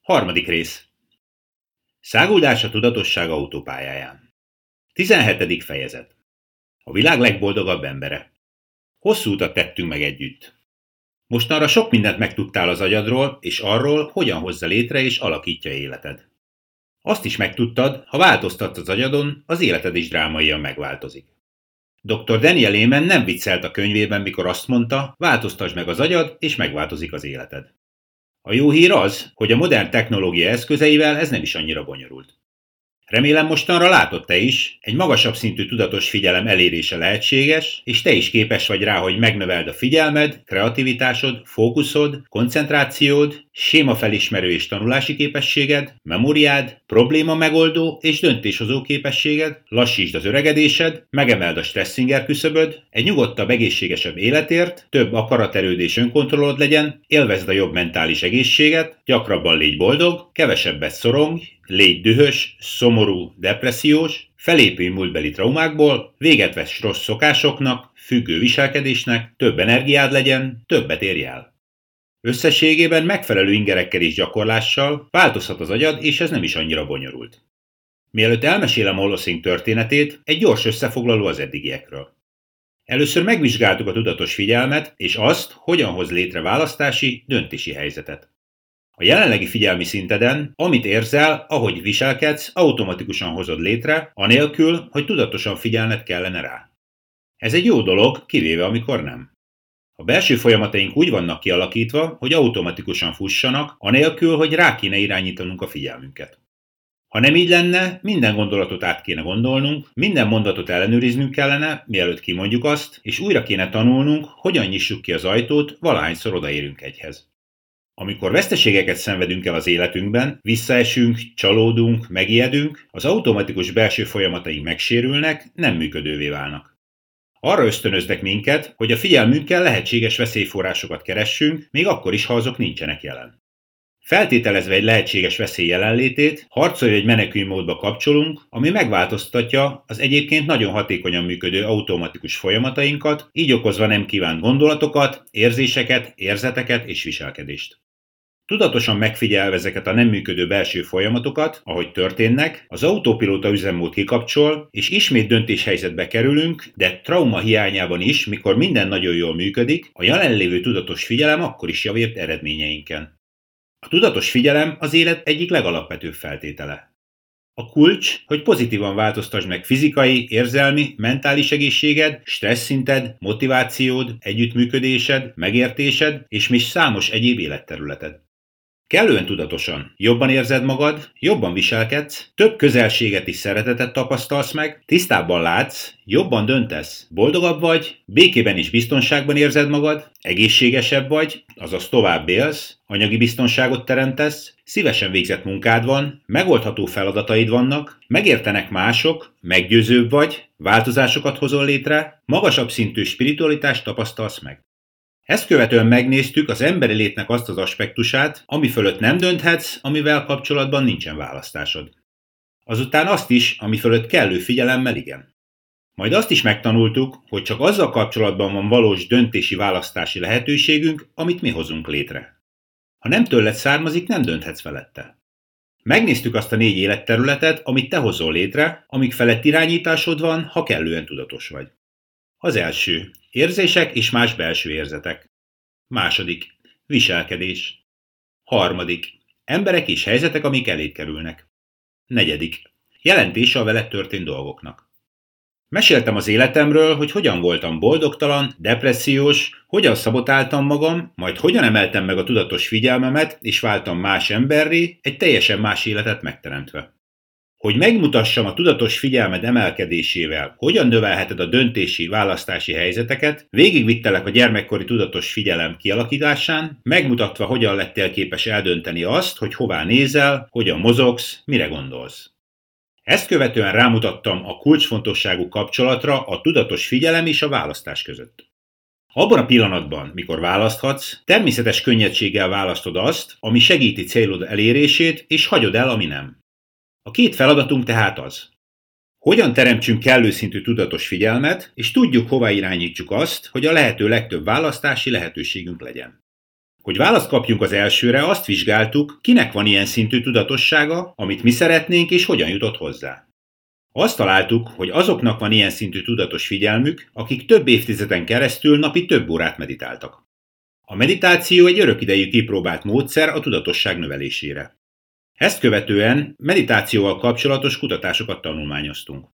Harmadik rész. Száguldás a tudatosság autópályáján. 17. fejezet. A világ legboldogabb embere. Hosszú utat tettünk meg együtt. Mostanra sok mindent megtudtál az agyadról, és arról, hogyan hozza létre és alakítja életed. Azt is megtudtad, ha változtatsz az agyadon, az életed is drámaian megváltozik. Dr. Daniel Amen nem viccelt a könyvében, mikor azt mondta, változtasd meg az agyad, és megváltozik az életed. A jó hír az, hogy a modern technológia eszközeivel ez nem is annyira bonyolult. Remélem mostanra látod te is, egy magasabb szintű tudatos figyelem elérése lehetséges, és te is képes vagy rá, hogy megnöveld a figyelmed, kreativitásod, fókuszod, koncentrációd, sémafelismerő és tanulási képességed, memóriád, probléma megoldó és döntéshozó képességed, lassítsd az öregedésed, megemeld a stresszinger küszöböd, egy nyugodtabb, egészségesebb életért, több akaraterőd és önkontrollod legyen, élvezd a jobb mentális egészséget, gyakrabban légy boldog, kevesebbet szorongj, légy dühös, szomorú, depressziós, felépülj múltbeli traumákból, véget vess rossz szokásoknak, függő viselkedésnek, több energiád legyen, többet érj el. Összességében megfelelő ingerekkel és gyakorlással változhat az agyad, és ez nem is annyira bonyolult. Mielőtt elmesélem Holocene történetét, egy gyors összefoglaló az eddigiekről. Először megvizsgáltuk a tudatos figyelmet, és azt, hogyan hoz létre választási, döntési helyzetet. A jelenlegi figyelmi szinteden, amit érzel, ahogy viselkedsz, automatikusan hozod létre, anélkül, hogy tudatosan figyelned kellene rá. Ez egy jó dolog, kivéve amikor nem. A belső folyamataink úgy vannak kialakítva, hogy automatikusan fussanak, anélkül, hogy rá kéne irányítanunk a figyelmünket. Ha nem így lenne, minden gondolatot át kéne gondolnunk, minden mondatot ellenőriznünk kellene, mielőtt kimondjuk azt, és újra kéne tanulnunk, hogyan nyissuk ki az ajtót, valahányszor odaérünk egyhez. Amikor veszteségeket szenvedünk el az életünkben, visszaesünk, csalódunk, megijedünk, az automatikus belső folyamataink megsérülnek, nem működővé válnak. Arra ösztönöznek minket, hogy a figyelmünkkel lehetséges veszélyforrásokat keressünk, még akkor is, ha azok nincsenek jelen. Feltételezve egy lehetséges veszély jelenlétét, harcolj egy menekülőmódba kapcsolunk, ami megváltoztatja az egyébként nagyon hatékonyan működő automatikus folyamatainkat, így okozva nem kívánt gondolatokat, érzéseket, érzeteket és viselkedést. Tudatosan megfigyelve ezeket a nem működő belső folyamatokat, ahogy történnek, az autopilóta üzemmód kikapcsol, és ismét döntéshelyzetbe kerülünk, de trauma hiányában is, mikor minden nagyon jól működik, a jelenlévő tudatos figyelem akkor is javít eredményeinken. A tudatos figyelem az élet egyik legalapvetőbb feltétele. A kulcs, hogy pozitívan változtasd meg fizikai, érzelmi, mentális egészséged, stresszszinted, motivációd, együttműködésed, megértésed és még számos egyéb életterületed. Kellően tudatosan, jobban érzed magad, jobban viselkedsz, több közelséget és szeretetet tapasztalsz meg, tisztábban látsz, jobban döntesz, boldogabb vagy, békében és biztonságban érzed magad, egészségesebb vagy, azaz tovább élsz, anyagi biztonságot teremtesz, szívesen végzett munkád van, megoldható feladataid vannak, megértenek mások, meggyőzőbb vagy, változásokat hozol létre, magasabb szintű spiritualitást tapasztalsz meg. Ezt követően megnéztük az emberi létnek azt az aspektusát, ami fölött nem dönthetsz, amivel kapcsolatban nincsen választásod. Azután azt is, ami fölött kellő figyelemmel igen. Majd azt is megtanultuk, hogy csak azzal kapcsolatban van valós döntési választási lehetőségünk, amit mi hozunk létre. Ha nem tőled származik, nem dönthetsz felette. Megnéztük azt a 4 életterületet, amit te hozol létre, amik felett irányításod van, ha kellően tudatos vagy. Az első. Érzések és más belső érzetek. Második. Viselkedés. Harmadik. Emberek és helyzetek, amik eléd kerülnek. Negyedik. Jelentése a veled történt dolgoknak. Meséltem az életemről, hogy hogyan voltam boldogtalan, depressziós, hogyan szabotáltam magam, majd hogyan emeltem meg a tudatos figyelmemet, és váltam más emberré, egy teljesen más életet megteremtve. Hogy megmutassam a tudatos figyelmed emelkedésével, hogyan növelheted a döntési, választási helyzeteket, végigvittelek a gyermekkori tudatos figyelem kialakításán, megmutatva, hogyan lettél képes eldönteni azt, hogy hová nézel, hogyan mozogsz, mire gondolsz. Ezt követően rámutattam a kulcsfontosságú kapcsolatra a tudatos figyelem és a választás között. Abban a pillanatban, mikor választhatsz, természetes könnyedséggel választod azt, ami segíti célod elérését, és hagyod el, ami nem. A 2 feladatunk tehát az. Hogyan teremtsünk kellő szintű tudatos figyelmet, és tudjuk, hova irányítsuk azt, hogy a lehető legtöbb választási lehetőségünk legyen. Hogy választ kapjunk az elsőre, azt vizsgáltuk, kinek van ilyen szintű tudatossága, amit mi szeretnénk és hogyan jutott hozzá. Azt találtuk, hogy azoknak van ilyen szintű tudatos figyelmük, akik több évtizeden keresztül napi több órát meditáltak. A meditáció egy örök idejű kipróbált módszer a tudatosság növelésére. Ezt követően meditációval kapcsolatos kutatásokat tanulmányoztunk.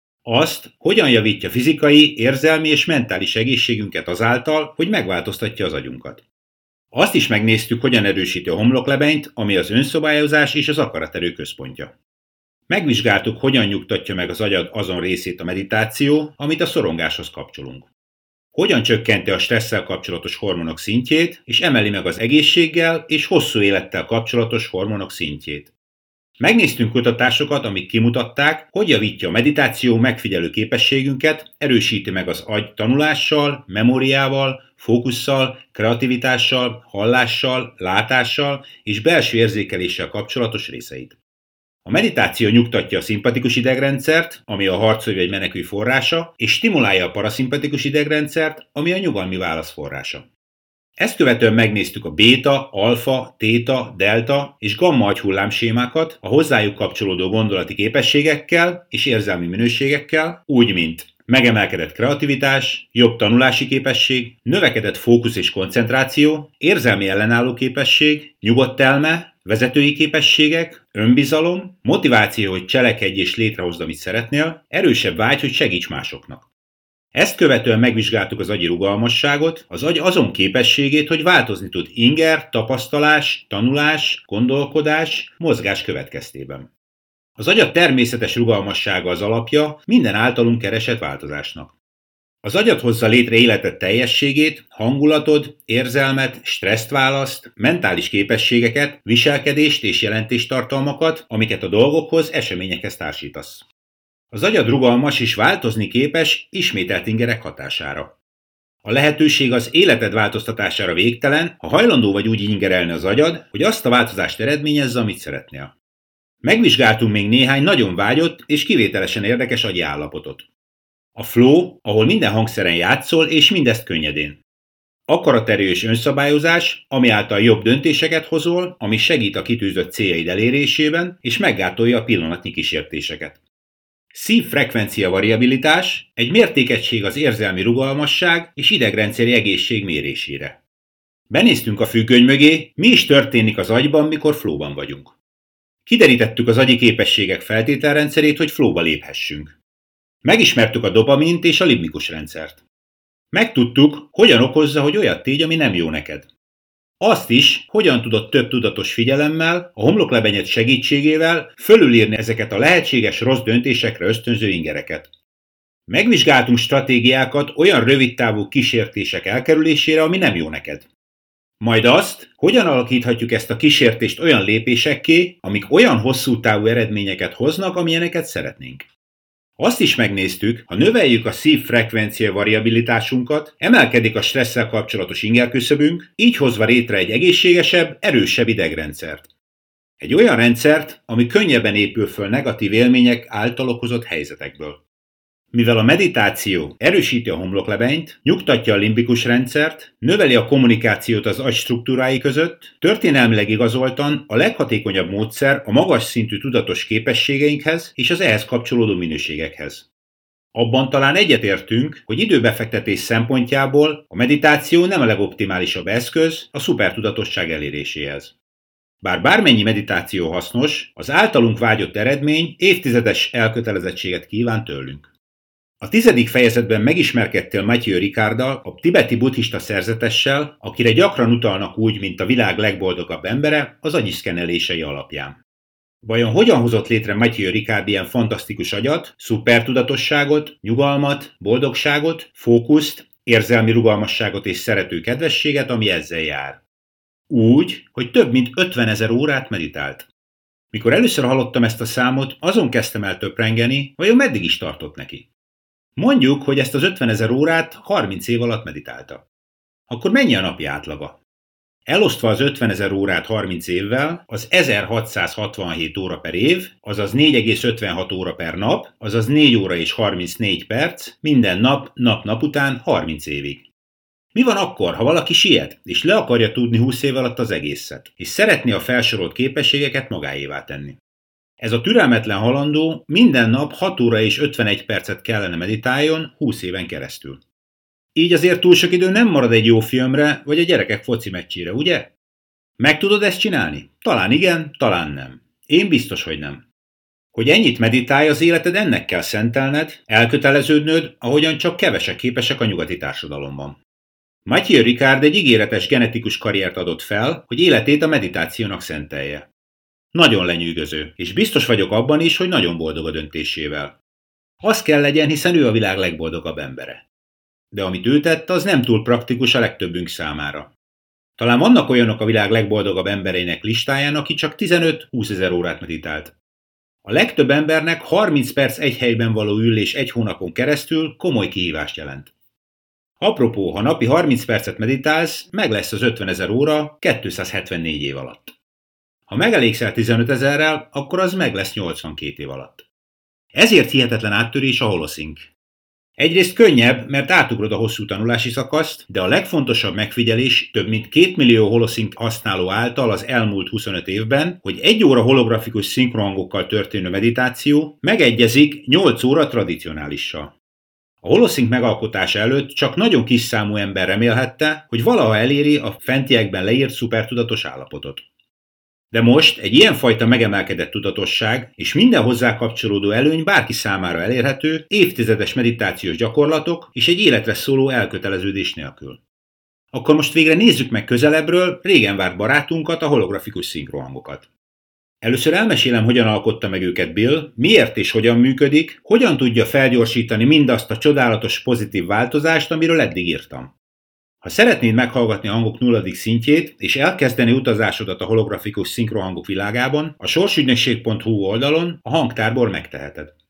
Azt, hogyan javítja fizikai, érzelmi és mentális egészségünket azáltal, hogy megváltoztatja az agyunkat. Azt is megnéztük, hogyan erősíti a homloklebenyt, ami az önszabályozás és az akaraterő központja. Megvizsgáltuk, hogyan nyugtatja meg az agyad azon részét a meditáció, amit a szorongáshoz kapcsolunk. Hogyan csökkenti a stresszel kapcsolatos hormonok szintjét, és emeli meg az egészséggel és hosszú élettel kapcsolatos hormonok szintjét. Megnéztünk kutatásokat, amik kimutatták, hogy javítja a meditáció megfigyelő képességünket, erősíti meg az agy tanulással, memóriával, fókusszal, kreativitással, hallással, látással és belső érzékeléssel kapcsolatos részeit. A meditáció nyugtatja a szimpatikus idegrendszert, ami a harc vagy menekülj forrása, és stimulálja a paraszimpatikus idegrendszert, ami a nyugalmi válasz forrása. Ezt követően megnéztük a béta, alfa, téta, delta és gamma agyhullámsémákat a hozzájuk kapcsolódó gondolati képességekkel és érzelmi minőségekkel, úgy mint megemelkedett kreativitás, jobb tanulási képesség, növekedett fókusz és koncentráció, érzelmi ellenálló képesség, nyugodt elme, vezetői képességek, önbizalom, motiváció, hogy cselekedj és létrehozd, amit szeretnél, erősebb vágy, hogy segíts másoknak. Ezt követően megvizsgáltuk az agyi rugalmasságot, az agy azon képességét, hogy változni tud inger, tapasztalás, tanulás, gondolkodás, mozgás következtében. Az agy természetes rugalmassága az alapja minden általunk keresett változásnak. Az agyad hozza létre életed teljességét, hangulatod, érzelmet, stresszt választ, mentális képességeket, viselkedést és jelentéstartalmakat, amiket a dolgokhoz, eseményekhez társítasz. Az agyad rugalmas és változni képes ismételt ingerek hatására. A lehetőség az életed változtatására végtelen, ha hajlandó vagy úgy ingerelni az agyad, hogy azt a változást eredményezze, amit szeretnél. Megvizsgáltunk még néhány nagyon vágyott és kivételesen érdekes agyi állapotot. A flow, ahol minden hangszeren játszol és mindezt könnyedén. Akaraterő és önszabályozás, ami által jobb döntéseket hozol, ami segít a kitűzött céljaid elérésében és meggátolja a pillanatnyi kísértéseket. Szívfrekvencia variabilitás, egy mértékegység az érzelmi rugalmasság és idegrendszeri egészség mérésére. Benéztünk a függöny mögé, mi is történik az agyban, mikor flowban vagyunk. Kiderítettük az agyi képességek feltételrendszerét, hogy flowba léphessünk. Megismertük a dopamint és a limbikus rendszert. Megtudtuk, hogyan okozza, hogy olyat tégy, ami nem jó neked. Azt is, hogyan tudod több tudatos figyelemmel, a homloklebenyed segítségével fölülírni ezeket a lehetséges rossz döntésekre ösztönző ingereket. Megvizsgáltunk stratégiákat olyan rövidtávú kísértések elkerülésére, ami nem jó neked. Majd azt, hogyan alakíthatjuk ezt a kísértést olyan lépésekké, amik olyan hosszú távú eredményeket hoznak, amilyeneket szeretnénk. Azt is megnéztük, ha növeljük a szívfrekvencia variabilitásunkat, emelkedik a stresszel kapcsolatos ingerküszöbünk, így hozva létre egy egészségesebb, erősebb idegrendszert. Egy olyan rendszert, ami könnyebben épül föl negatív élmények által okozott helyzetekből. Mivel a meditáció erősíti a homloklebenyt, nyugtatja a limbikus rendszert, növeli a kommunikációt az agy struktúrái között, történelmileg igazoltan a leghatékonyabb módszer a magas szintű tudatos képességeinkhez és az ehhez kapcsolódó minőségekhez. Abban talán egyetértünk, hogy időbefektetés szempontjából a meditáció nem a legoptimálisabb eszköz a szupertudatosság eléréséhez. Bár bármennyi meditáció hasznos, az általunk vágyott eredmény évtizedes elkötelezettséget kíván tőlünk. A 10. fejezetben megismerkedtél Matthieu Ricarddal, a tibeti buddhista szerzetessel, akire gyakran utalnak úgy, mint a világ legboldogabb embere, az agyiszkennelései alapján. Vajon hogyan hozott létre Matthieu Ricard ilyen fantasztikus agyat, szupertudatosságot, nyugalmat, boldogságot, fókuszt, érzelmi rugalmasságot és szerető kedvességet, ami ezzel jár? Úgy, hogy több mint 50 000 órát meditált. Mikor először hallottam ezt a számot, azon kezdtem el töprengeni, vajon meddig is tartott neki. Mondjuk, hogy ezt az 50 000 órát 30 év alatt meditálta. Akkor mennyi a napi átlaga? Elosztva az 50 000 órát 30 évvel, az 1667 óra per év, azaz 4,56 óra per nap, azaz 4 óra és 34 perc, minden nap, nap-nap után 30 évig. Mi van akkor, ha valaki siet, és le akarja tudni 20 év alatt az egészet, és szeretné a felsorolt képességeket magáévá tenni? Ez a türelmetlen halandó minden nap 6 óra és 51 percet kellene meditáljon 20 éven keresztül. Így azért túl sok idő nem marad egy jó filmre, vagy a gyerekek foci meccsére, ugye? Meg tudod ezt csinálni? Talán igen, talán nem. Én biztos, hogy nem. Hogy ennyit meditálj, az életed ennek kell szentelned, elköteleződnöd, ahogyan csak kevesek képesek a nyugati társadalomban. Mathieu Ricard egy ígéretes genetikus karriert adott fel, hogy életét a meditációnak szentelje. Nagyon lenyűgöző, és biztos vagyok abban is, hogy nagyon boldog a döntésével. Az kell legyen, hiszen ő a világ legboldogabb embere. De amit ő tett, az nem túl praktikus a legtöbbünk számára. Talán vannak olyanok a világ legboldogabb embereinek listáján, aki csak 15-20 ezer órát meditált. A legtöbb embernek 30 perc egy helyben való ülés egy hónapon keresztül komoly kihívást jelent. Apropó, ha napi 30 percet meditálsz, meg lesz az 50 ezer óra 274 év alatt. Ha megelégszel 15 ezerrel, akkor az meg lesz 82 év alatt. Ezért hihetetlen áttörés a holoszink. Egyrészt könnyebb, mert átugrod a hosszú tanulási szakaszt, de a legfontosabb megfigyelés több mint 2 millió holoszink használó által az elmúlt 25 évben, hogy 1 óra holografikus szinkrohangokkal történő meditáció megegyezik 8 óra tradicionálissal. A holoszink megalkotása előtt csak nagyon kis számú ember remélhette, hogy valaha eléri a fentiekben leírt szupertudatos állapotot. De most egy ilyenfajta megemelkedett tudatosság és minden hozzá kapcsolódó előny bárki számára elérhető, évtizedes meditációs gyakorlatok és egy életre szóló elköteleződés nélkül. Akkor most végre nézzük meg közelebbről régen várt barátunkat, a holografikus szinkrohangokat. Először elmesélem, hogyan alkotta meg őket Bill, miért és hogyan működik, hogyan tudja felgyorsítani mindazt a csodálatos pozitív változást, amiről eddig írtam. Ha szeretnéd meghallgatni a hangok nulladik szintjét, és elkezdeni utazásodat a holografikus szinkrohangok világában, a sorsügynökség.hu oldalon a hangtárból megteheted.